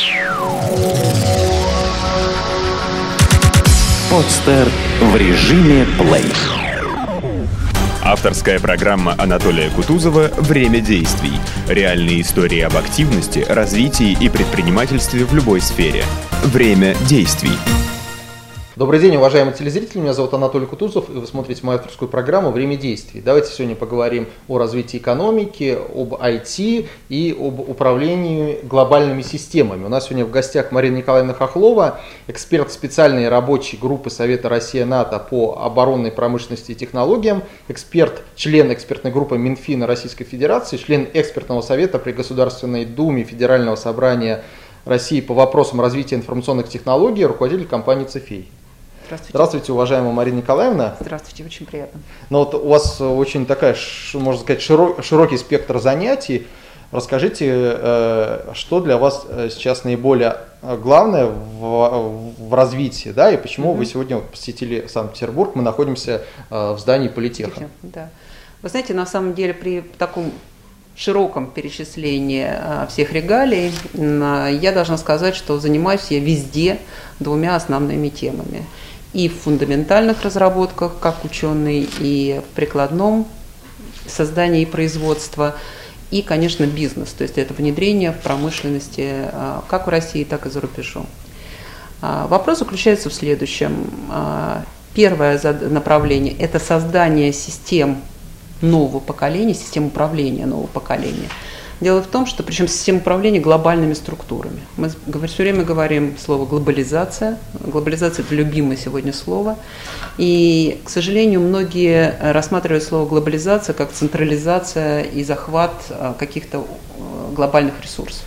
Подстер в режиме плей. Авторская программа Анатолия Кутузова «Время действий». Реальные истории об активности, развитии и предпринимательстве в любой сфере. Время действий. Добрый день, уважаемые телезрители. Меня зовут Анатолий Кутузов, и вы смотрите мою авторскую программу «Время действий». Давайте сегодня поговорим о развитии экономики, об IT и об управлении глобальными системами. У нас сегодня в гостях Марина Николаевна Хохлова, эксперт специальной рабочей группы Совета Россия-НАТО по оборонной промышленности и технологиям, эксперт, член экспертной группы Минфина Российской Федерации, член экспертного совета при Государственной Думе Федерального собрания России по вопросам развития информационных технологий, руководитель компании «Цефей». Здравствуйте. Здравствуйте, уважаемая Марина Николаевна. Здравствуйте, очень приятно. Ну вот у вас очень такая, можно сказать, широкий спектр занятий. Расскажите, что для вас сейчас наиболее главное в развитии, да, и почему вы сегодня посетили Санкт-Петербург? Мы находимся в здании Политеха. Да. Вы знаете, на самом деле при таком широком перечислении всех регалий я должна сказать, что занимаюсь я везде двумя основными темами. И в фундаментальных разработках, как ученый, и в прикладном создании и производства, и, конечно, бизнес, то есть это внедрение в промышленности как в России, так и за рубежом. Вопрос заключается в следующем. Первое направление – это создание систем нового поколения, систем управления нового поколения. Дело в том, что причем система управления глобальными структурами. Мы все время говорим слово глобализация. Глобализация – это любимое сегодня слово. И, к сожалению, многие рассматривают слово глобализация как централизация и захват каких-то глобальных ресурсов.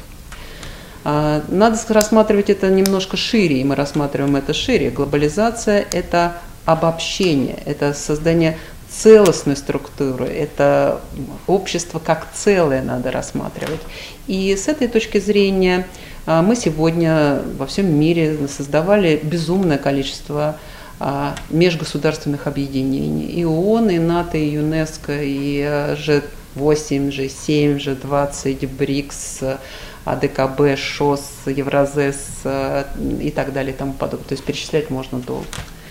Надо рассматривать это немножко шире, и мы рассматриваем это шире. Глобализация – это обобщение, это создание целостной структуры, это общество как целое надо рассматривать. И с этой точки зрения мы сегодня во всем мире создавали безумное количество межгосударственных объединений. И ООН, и НАТО, и ЮНЕСКО, и G8, G7, G20, БРИКС, АДКБ, ШОС, Евразес и так далее и тому подобное. То есть перечислять можно долго.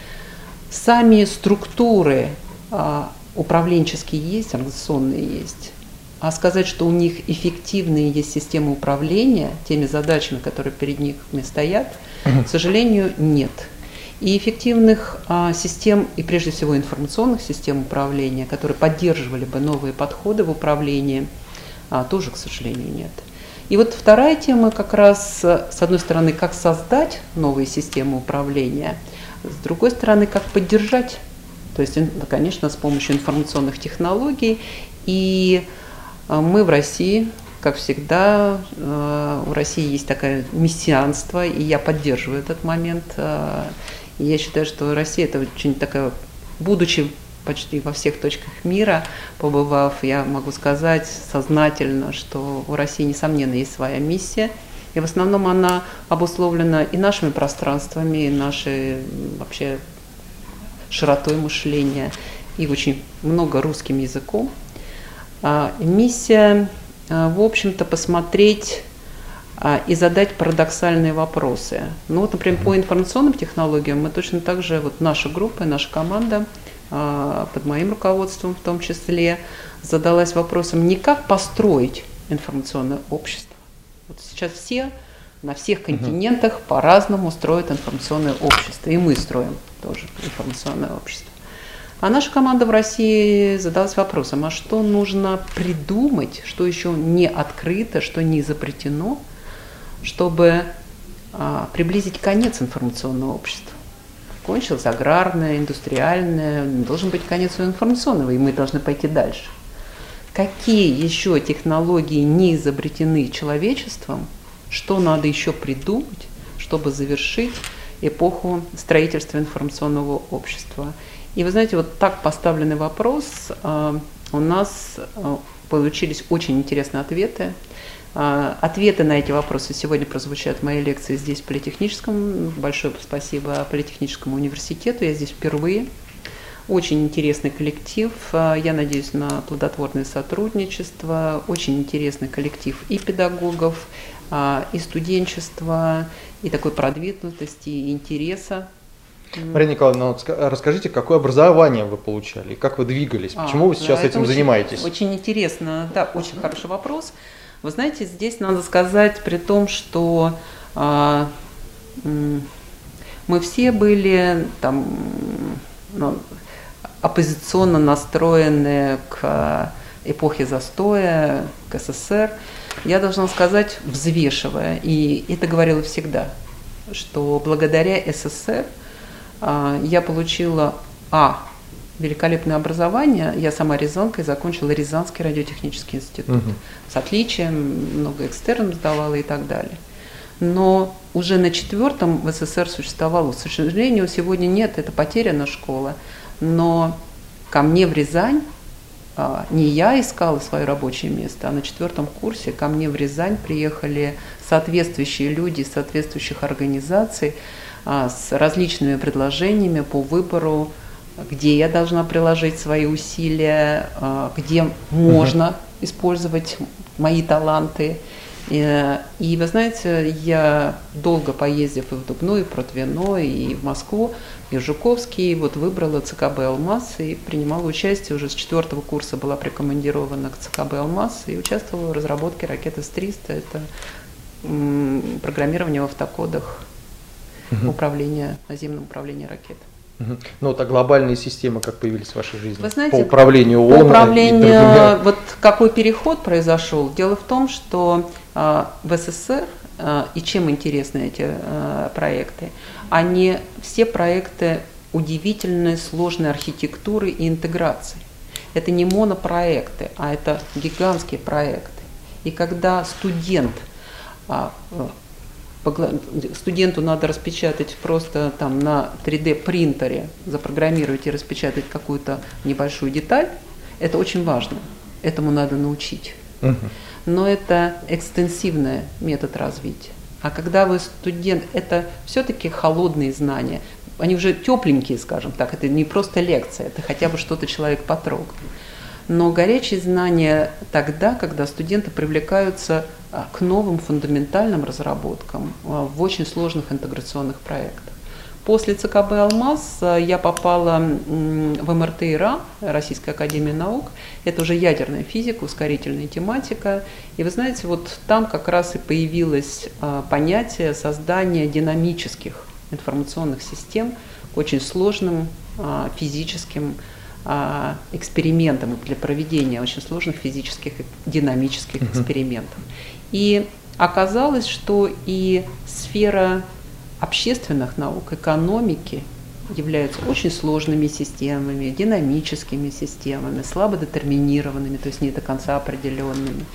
Сами структуры управленческие есть, организационные есть, а сказать, что у них эффективные есть системы управления теми задачами, которые перед ними стоят, к сожалению, нет. И эффективных систем, и прежде всего информационных систем управления, которые поддерживали бы новые подходы в управлении, тоже, к сожалению, нет. И вот вторая тема как раз, с одной стороны, как создать новые системы управления, с другой стороны, как поддержать. То есть, конечно, с помощью информационных технологий. И мы в России, как всегда, у России есть такое мессианство, и я поддерживаю этот момент. И я считаю, что Россия – это очень такая, будучи почти во всех точках мира, побывав, я могу сказать сознательно, что у России, несомненно, есть своя миссия. И в основном она обусловлена и нашими пространствами, и нашей вообще широтой мышления, и очень много русским языком. Миссия, в общем-то, посмотреть и задать парадоксальные вопросы. Ну вот, например, по информационным технологиям мы точно так же, вот наша группа, наша команда, под моим руководством в том числе, задалась вопросом не как построить информационное общество. Вот сейчас все на всех континентах по-разному строят информационное общество, и мы строим тоже информационное общество. А наша команда в России задалась вопросом, а что нужно придумать, что еще не открыто, что не изобретено, чтобы приблизить конец информационного общества. Кончилось аграрное, индустриальное, должен быть конец информационного, и мы должны пойти дальше. Какие еще технологии не изобретены человечеством, что надо еще придумать, чтобы завершить эпоху строительства информационного общества. И вы знаете, вот так поставленный вопрос, у нас получились очень интересные ответы. Ответы на эти вопросы сегодня прозвучат в моей лекции здесь, в Политехническом. Большое спасибо Политехническому университету, я здесь впервые. Очень интересный коллектив, я надеюсь на плодотворное сотрудничество, очень интересный коллектив и педагогов, и студенчества, и такой продвинутости, и интереса. Марина Николаевна, расскажите, какое образование вы получали, и как вы двигались, почему вы сейчас этим занимаетесь? Очень интересно, да, очень хороший вопрос. Вы знаете, здесь надо сказать, при том, что мы все были там, оппозиционно настроены к эпохе застоя, к СССР. Я должна сказать, взвешивая, и это говорила всегда, что благодаря СССР я получила великолепное образование. Я сама рязанка и закончила Рязанский радиотехнический институт. С отличием, много экстерном сдавала и так далее. Но уже на 4-м в СССР существовало, к сожалению, сегодня нет, это потеряна школа. Но ко мне в Рязань, не я искала свое рабочее место, а на 4-м курсе ко мне в Рязань приехали соответствующие люди из соответствующих организаций с различными предложениями по выбору, где я должна приложить свои усилия, где можно использовать мои таланты. И вы знаете, я долго поездив и в Дубну, и в Протвино, и в Москву, и в Жуковский, вот выбрала ЦКБ «Алмаз» и принимала участие, уже с 4-го курса была прикомандирована к ЦКБ «Алмаз» и участвовала в разработке ракеты С-300. Это программирование в автокодах, управление, наземное управление ракет. Ну, вот глобальные системы, как появились в вашей жизни? Вы знаете, по управлению ООН? По управлению, вот какой переход произошел? Дело в том, что в СССР, и чем интересны эти проекты, они все проекты удивительной сложной архитектуры и интеграции. Это не монопроекты, а это гигантские проекты. И когда студенту надо распечатать просто там на 3D принтере, запрограммировать и распечатать какую-то небольшую деталь, это очень важно. Этому надо научить. Но это экстенсивный метод развития. А когда вы студент, это все-таки холодные знания. Они уже тепленькие, скажем так. Это не просто лекция, это хотя бы что-то человек потрогал. Но горячие знания тогда, когда студенты привлекаются к новым фундаментальным разработкам в очень сложных интеграционных проектах. После ЦКБ «Алмаз» я попала в МРТ-ИРА, Российская академия наук. Это уже ядерная физика, ускорительная тематика. И вы знаете, вот там как раз и появилось понятие создания динамических информационных систем к очень сложным физическим экспериментам для проведения очень сложных физических и динамических экспериментов. И оказалось, что и сфера общественных наук, экономики являются очень сложными системами, динамическими системами, слабо детерминированными, то есть не до конца определенными,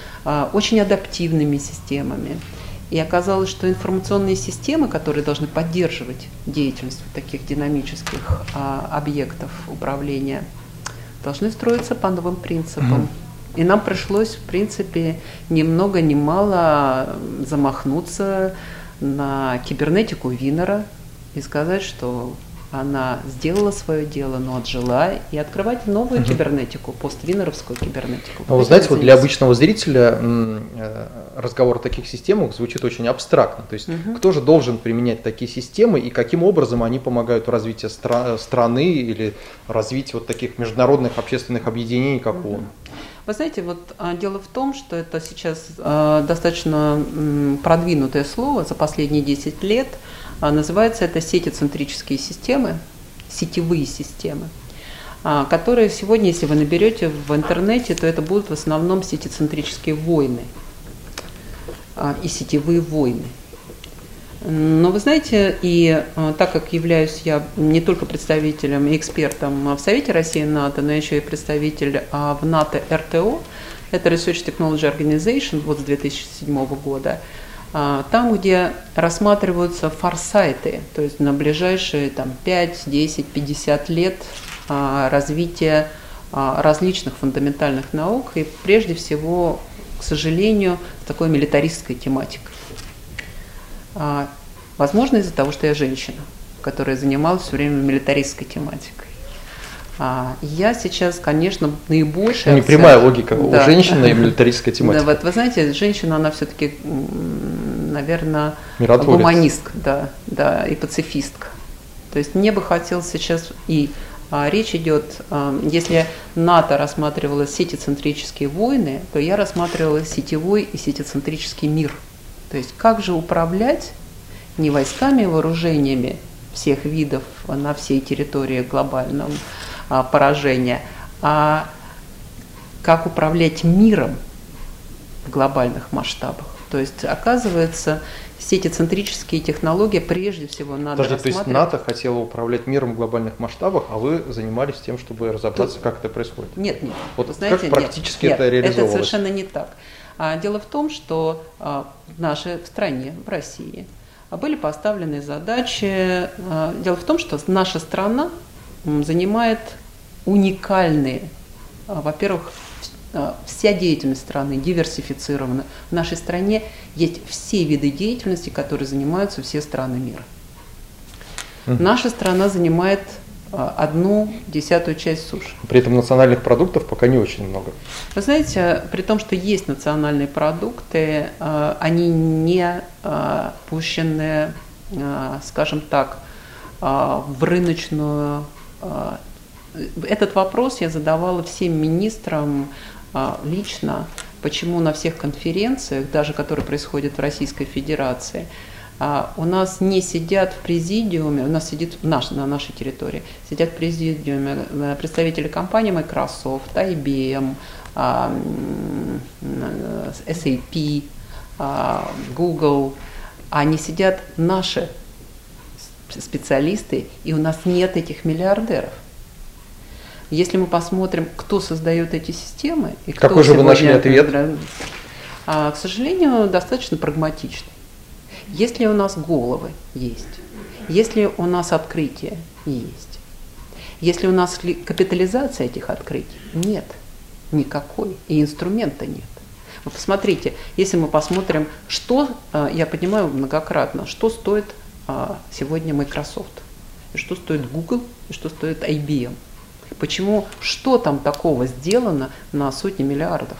очень адаптивными системами. И оказалось, что информационные системы, которые должны поддерживать деятельность таких динамических объектов управления, должны строиться по новым принципам. И нам пришлось, в принципе, ни много ни мало замахнуться на кибернетику Винера и сказать, что она сделала свое дело, но отжила, и открывать новую кибернетику, поствинеровскую кибернетику. Но вы знаете, вот для обычного зрителя разговор о таких системах звучит очень абстрактно. То есть кто же должен применять такие системы и каким образом они помогают в развитии страны или развитию вот таких международных общественных объединений, как ООН? Вы знаете, вот дело в том, что это сейчас достаточно продвинутое слово за последние 10 лет. Называется это сетецентрические системы, сетевые системы, которые сегодня, если вы наберете в интернете, то это будут в основном сетецентрические войны и сетевые войны. Но вы знаете, и так как являюсь я не только представителем и экспертом в Совете России и НАТО, но еще и представитель в НАТО РТО, это Research Technology Organization, вот с 2007 года, там, где рассматриваются форсайты, то есть на ближайшие 5, 10, 50 лет развития различных фундаментальных наук, и прежде всего, к сожалению, с такой милитаристской тематикой. Возможно, из-за того, что я женщина, которая занималась все время милитаристской тематикой. Я сейчас, конечно, наибольшая... Не прямая логика у женщины и милитаристская тематика. Да, вот вы знаете, женщина, она все-таки, наверное, миротворец. гуманистка, да, и пацифистка. То есть мне бы хотелось сейчас речь идет, если НАТО рассматривало сетицентрические войны, то я рассматривала сетевой и сетицентрический мир. То есть как же управлять не войсками и вооружениями всех видов на всей территории глобального поражения, а как управлять миром в глобальных масштабах. То есть, оказывается, сетицентрические технологии прежде всего надо рассматривать. То есть НАТО хотело управлять миром в глобальных масштабах, а вы занимались тем, чтобы разобраться, как это происходит? Нет. Вот Вы знаете, как практически это реализовывалось? Это совершенно не так. Дело в том, что в нашей стране, в России, были поставлены задачи. Дело в том, что наша страна занимает уникальные, во-первых, вся деятельность страны диверсифицирована. В нашей стране есть все виды деятельности, которые занимаются все страны мира. Наша страна занимает 1/10 часть суши. При этом национальных продуктов пока не очень много. Вы знаете, при том, что есть национальные продукты, они не пущены, скажем так, в рыночную. Этот вопрос я задавала всем министрам лично, почему на всех конференциях, даже которые происходят в Российской Федерации, у нас не сидят в президиуме, у нас сидит на нашей территории, сидят в президиуме представители компаний Microsoft, IBM, SAP, Google, они сидят наши специалисты, и у нас нет этих миллиардеров. Если мы посмотрим, кто создает эти системы, и кто какой же вы нашли ответ? К сожалению, достаточно прагматичный. Если у нас головы есть, если у нас открытия есть, если у нас капитализация этих открытий нет никакой, и инструмента нет. Вы посмотрите, если мы посмотрим, что, я поднимаю многократно, что стоит сегодня Microsoft, и что стоит Google, и что стоит IBM. Почему, что там такого сделано на сотни миллиардов?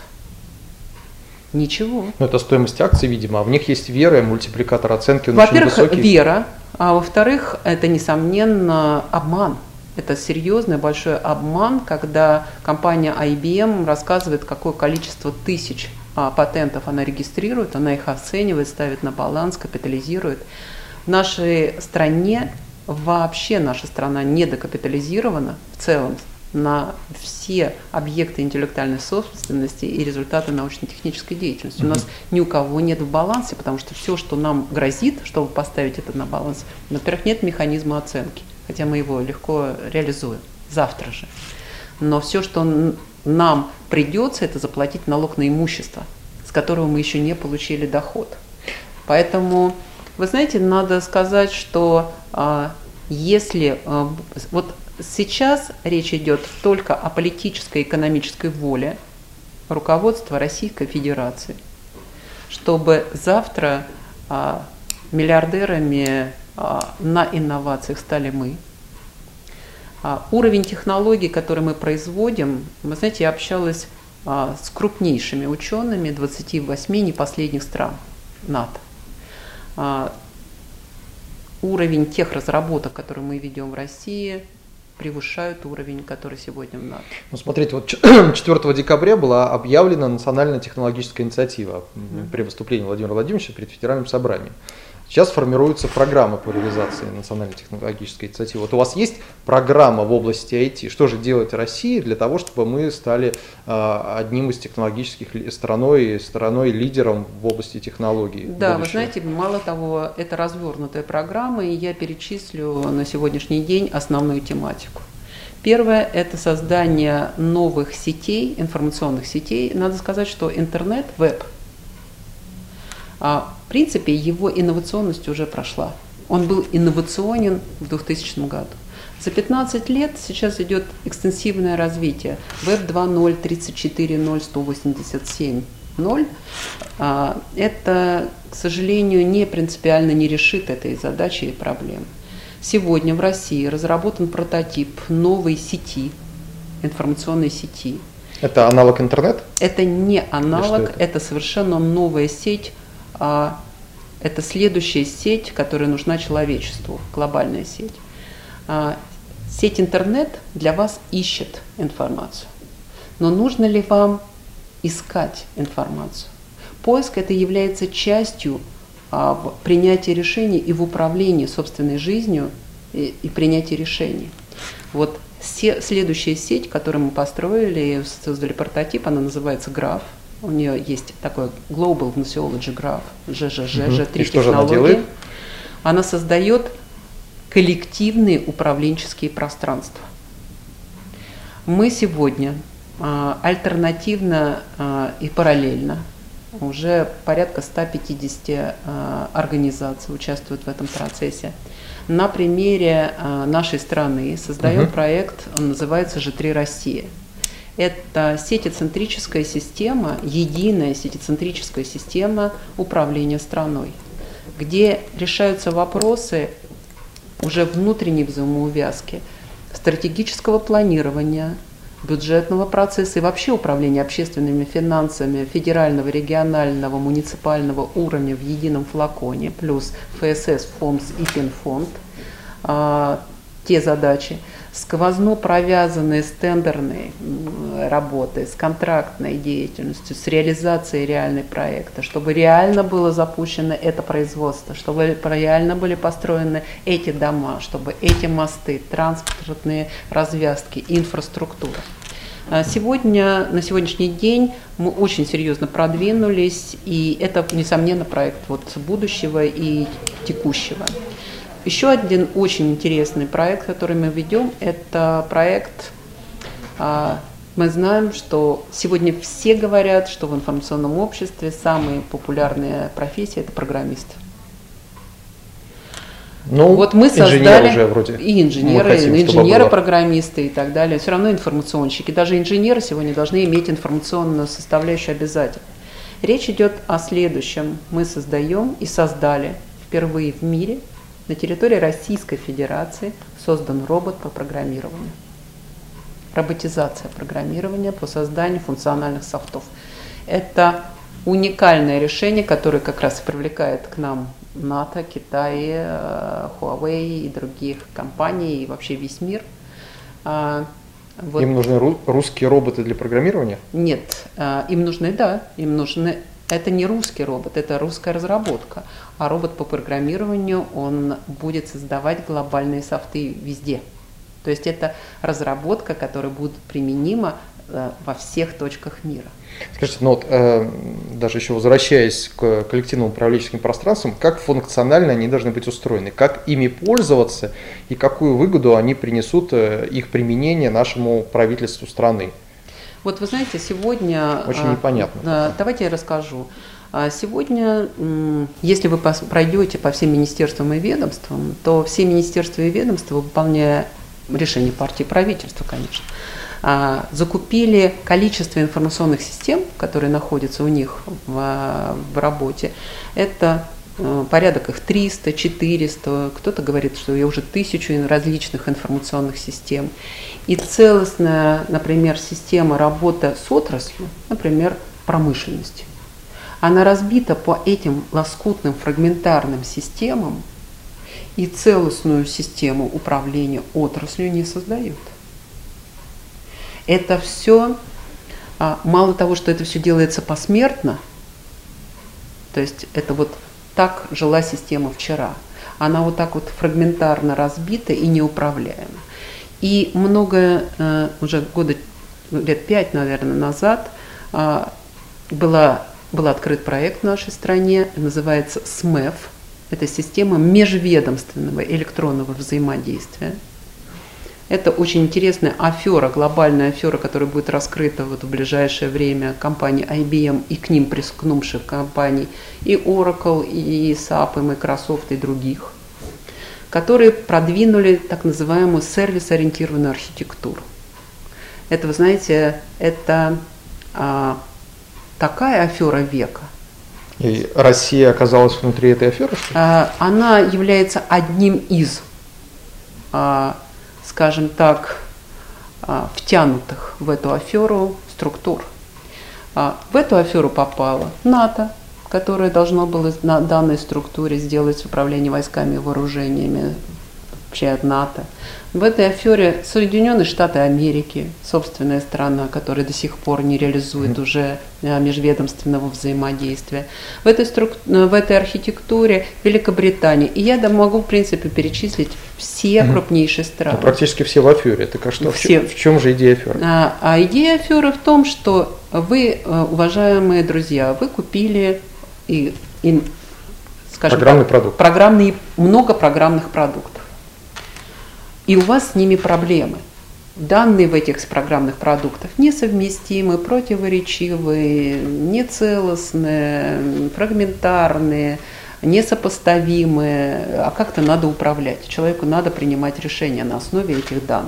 Ничего. Это стоимость акций, видимо, а в них есть вера, мультипликатор оценки очень Во-первых, высокий. вера, а во-вторых, это, несомненно, обман. Это серьезный большой обман, когда компания IBM рассказывает, какое количество тысяч патентов она регистрирует, она их оценивает, ставит на баланс, капитализирует. В нашей стране вообще наша страна недокапитализирована в целом на все объекты интеллектуальной собственности и результаты научно-технической деятельности. У нас ни у кого нет в балансе, потому что все, что нам грозит, чтобы поставить это на баланс, во-первых, нет механизма оценки, хотя мы его легко реализуем завтра же. Но все, что нам придется, это заплатить налог на имущество, с которого мы еще не получили доход. Поэтому, вы знаете, надо сказать, что если вот сейчас речь идет только о политической и экономической воле руководства Российской Федерации, чтобы завтра миллиардерами на инновациях стали мы. Уровень технологий, который мы производим, вы знаете, я общалась с крупнейшими учеными 28 не последних стран НАТО. Уровень тех разработок, которые мы ведем в России, превышают уровень, который сегодня в НАТО. Ну, смотрите, вот 4 декабря была объявлена национальная технологическая инициатива при выступлении Владимира Владимировича перед Федеральным собранием. Сейчас формируется программа по реализации национальной технологической инициативы. Вот у вас есть программа в области IT? Что же делает Россия для того, чтобы мы стали одним из технологических страной лидером в области технологий? Да, вы знаете, мало того, это развернутая программа, и я перечислю на сегодняшний день основную тематику. Первое – это создание новых сетей, информационных сетей. Надо сказать, что интернет, веб, в принципе, его инновационность уже прошла. Он был инновационен в 2000 году. За 15 лет сейчас идет экстенсивное развитие. Веб 2.0, 34.0, 187.0. Это, к сожалению, не принципиально не решит этой задачи и проблемы. Сегодня в России разработан прототип новой сети информационной сети. Это аналог интернет? Это не аналог, это? Это совершенно новая сеть. Это следующая сеть, которая нужна человечеству, глобальная сеть. Сеть интернет для вас ищет информацию. Но нужно ли вам искать информацию? Поиск это является частью в принятии решений и в управлении собственной жизнью и принятии решений. Вот следующая сеть, которую мы построили, создали прототип, она называется Graph. У нее есть такой Global Gnoseology Graph, GGG, три технологии. Она создает коллективные управленческие пространства. Мы сегодня альтернативно и параллельно уже порядка 150 организаций участвуют в этом процессе. На примере нашей страны создаем проект, он называется G3 Россия. Это сетецентрическая система, единая сетецентрическая система управления страной, где решаются вопросы уже внутренней взаимоувязки, стратегического планирования, бюджетного процесса и вообще управления общественными финансами федерального, регионального, муниципального уровня в едином флаконе, плюс ФСС, ФОМС и Финфонд, те задачи, сквозно провязанные с тендерной работой, с контрактной деятельностью, с реализацией реального проекта, чтобы реально было запущено это производство, чтобы реально были построены эти дома, чтобы эти мосты, транспортные развязки, инфраструктура. Сегодня, на сегодняшний день мы очень серьезно продвинулись, и это, несомненно, проект будущего и текущего. Еще один очень интересный проект, который мы ведем, это проект, мы знаем, что сегодня все говорят, что в информационном обществе самая популярная профессия – это программист. Ну, вот мы создали уже вроде. И инженеры, программисты и так далее. Все равно информационщики. Даже инженеры сегодня должны иметь информационную составляющую обязательно. Речь идет о следующем. Мы создаем и создали впервые в мире на территории Российской Федерации создан робот по программированию. Роботизация программирования по созданию функциональных софтов. Это уникальное решение, которое как раз и привлекает к нам НАТО, Китай, Huawei и других компаний, и вообще весь мир. Им нужны русские роботы для программирования? Нет, им нужны. Это не русский робот, это русская разработка. А робот по программированию, он будет создавать глобальные софты везде. То есть это разработка, которая будет применима во всех точках мира. Скажите, даже еще возвращаясь к коллективным управленческим пространствам, как функционально они должны быть устроены, как ими пользоваться и какую выгоду они принесут их применение нашему правительству страны? Вот вы знаете, сегодня… Очень непонятно. Давайте я расскажу. Сегодня, если вы пройдете по всем министерствам и ведомствам, то все министерства и ведомства, выполняя решение партии и правительства, конечно, закупили количество информационных систем, которые находятся у них в работе. Это порядок их 300, 400, кто-то говорит, что уже 1000 различных информационных систем. И целостная, например, система работы с отраслью, например, промышленности, она разбита по этим лоскутным фрагментарным системам, и целостную систему управления отраслью не создают. Это все, мало того, что это все делается посмертно, то есть это так жила система вчера, она вот так фрагментарно разбита и неуправляема. И уже лет 5, наверное, назад был открыт проект в нашей стране, называется СМЭФ. Это система межведомственного электронного взаимодействия. Это очень интересная афера, глобальная афера, которая будет раскрыта в ближайшее время компанией IBM и к ним прискнувших компаний и Oracle, и SAP, и Microsoft, и других, которые продвинули так называемую сервис-ориентированную архитектуру. Это, вы знаете, это такая афера века. И Россия оказалась внутри этой аферы? Она является одним из, скажем так, втянутых в эту аферу структур. В эту аферу попало НАТО, которое должно было на данной структуре сделать управление войсками и вооружениями вообще от НАТО. В этой афере Соединенные Штаты Америки, собственная страна, которая до сих пор не реализует уже межведомственного взаимодействия. В этой архитектуре Великобритания. И я могу, в принципе, перечислить все крупнейшие страны. Практически все в афере. Так а что, в чем же идея аферы? Идея аферы в том, что вы, уважаемые друзья, вы купили скажем программный так, продукт. много программных продуктов. И у вас с ними проблемы. Данные в этих программных продуктах несовместимы, противоречивые, нецелостные, фрагментарные, несопоставимые, а как-то надо управлять. Человеку надо принимать решения на основе этих данных.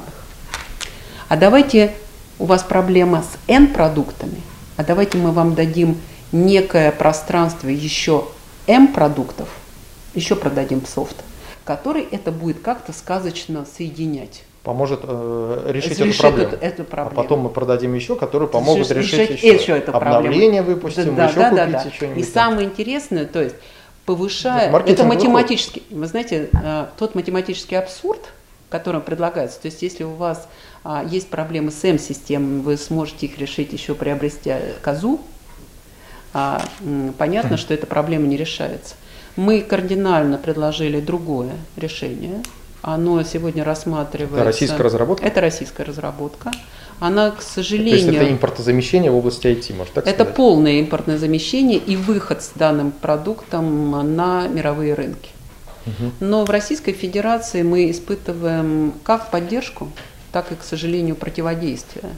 А давайте, у вас проблема с N-продуктами, а давайте мы вам дадим некое пространство еще M-продуктов, еще продадим софт, который это будет как-то сказочно соединять. Поможет решить эту проблему. А потом мы продадим еще, которые помогут решить еще эту обновление проблему. Выпустим, еще купить что-нибудь. И самое интересное, то есть повышая, это математически, вы знаете, тот математический абсурд, который предлагается, то есть если у вас есть проблемы с М-системами, вы сможете их решить, еще приобретя козу, понятно, что эта проблема не решается. Мы кардинально предложили другое решение. Оно сегодня рассматривается. Это российская разработка? Это российская разработка. Она, к сожалению... То есть это импортозамещение в области IT, может так сказать? Это полное импортное замещение и выход с данным продуктом на мировые рынки. Но в Российской Федерации мы испытываем как поддержку, так и, к сожалению, противодействие.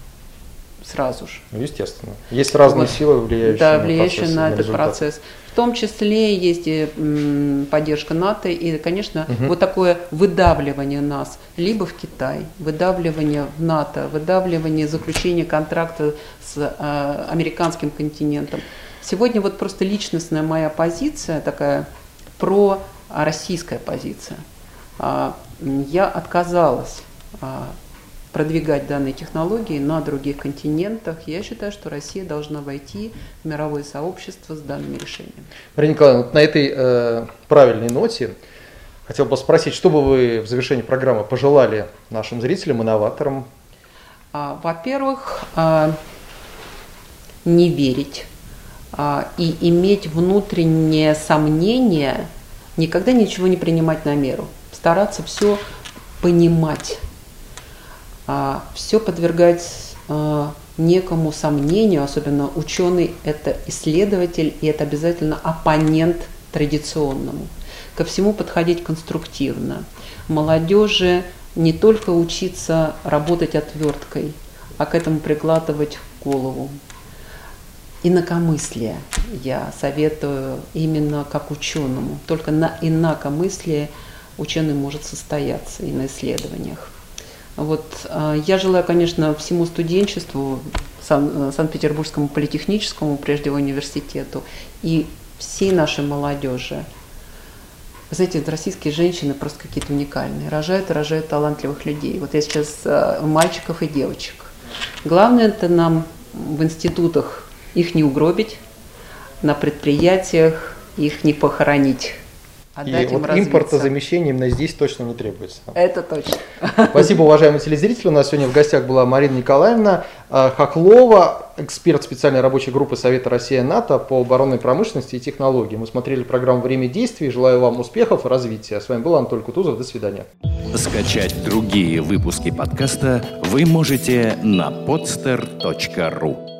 Сразу же. Ну, естественно. Есть разные силы, влияющие на этот процесс. В том числе есть поддержка НАТО и, конечно, вот такое выдавливание нас либо в Китай, выдавливание в НАТО, выдавливание заключения контракта с американским континентом. Сегодня вот просто личностная моя позиция, такая пророссийская позиция. Я отказалась продвигать данные технологии на других континентах. Я считаю, что Россия должна войти в мировое сообщество с данными решениями. Мария Николаевна, вот на этой правильной ноте хотел бы спросить, что бы вы в завершении программы пожелали нашим зрителям и новаторам? Во-первых, не верить и иметь внутреннее сомнение, никогда ничего не принимать на меру, стараться все понимать. Все подвергать некому сомнению, особенно ученый – это исследователь, и это обязательно оппонент традиционному. Ко всему подходить конструктивно. Молодежи не только учиться работать отверткой, а к этому прикладывать голову. Инакомыслие я советую именно как ученому. Только на инакомыслие ученый может состояться и на исследованиях. Вот, я желаю, конечно, всему студенчеству, Санкт-Петербургскому политехническому, прежде всего, университету, и всей нашей молодежи. Вы знаете, российские женщины просто какие-то уникальные, рожают и рожают талантливых людей. Вот я сейчас мальчиков и девочек. Главное это нам в институтах их не угробить, на предприятиях их не похоронить. И вот импортозамещение именно здесь точно не требуется. Это точно. Спасибо, уважаемые телезрители. У нас сегодня в гостях была Марина Николаевна Хохлова, эксперт специальной рабочей группы Совета Россия-НАТО по оборонной промышленности и технологии. Мы смотрели программу «Время действий». Желаю вам успехов и развития. С вами был Анатолий Кутузов. До свидания. Скачать другие выпуски подкаста вы можете на podster.ru.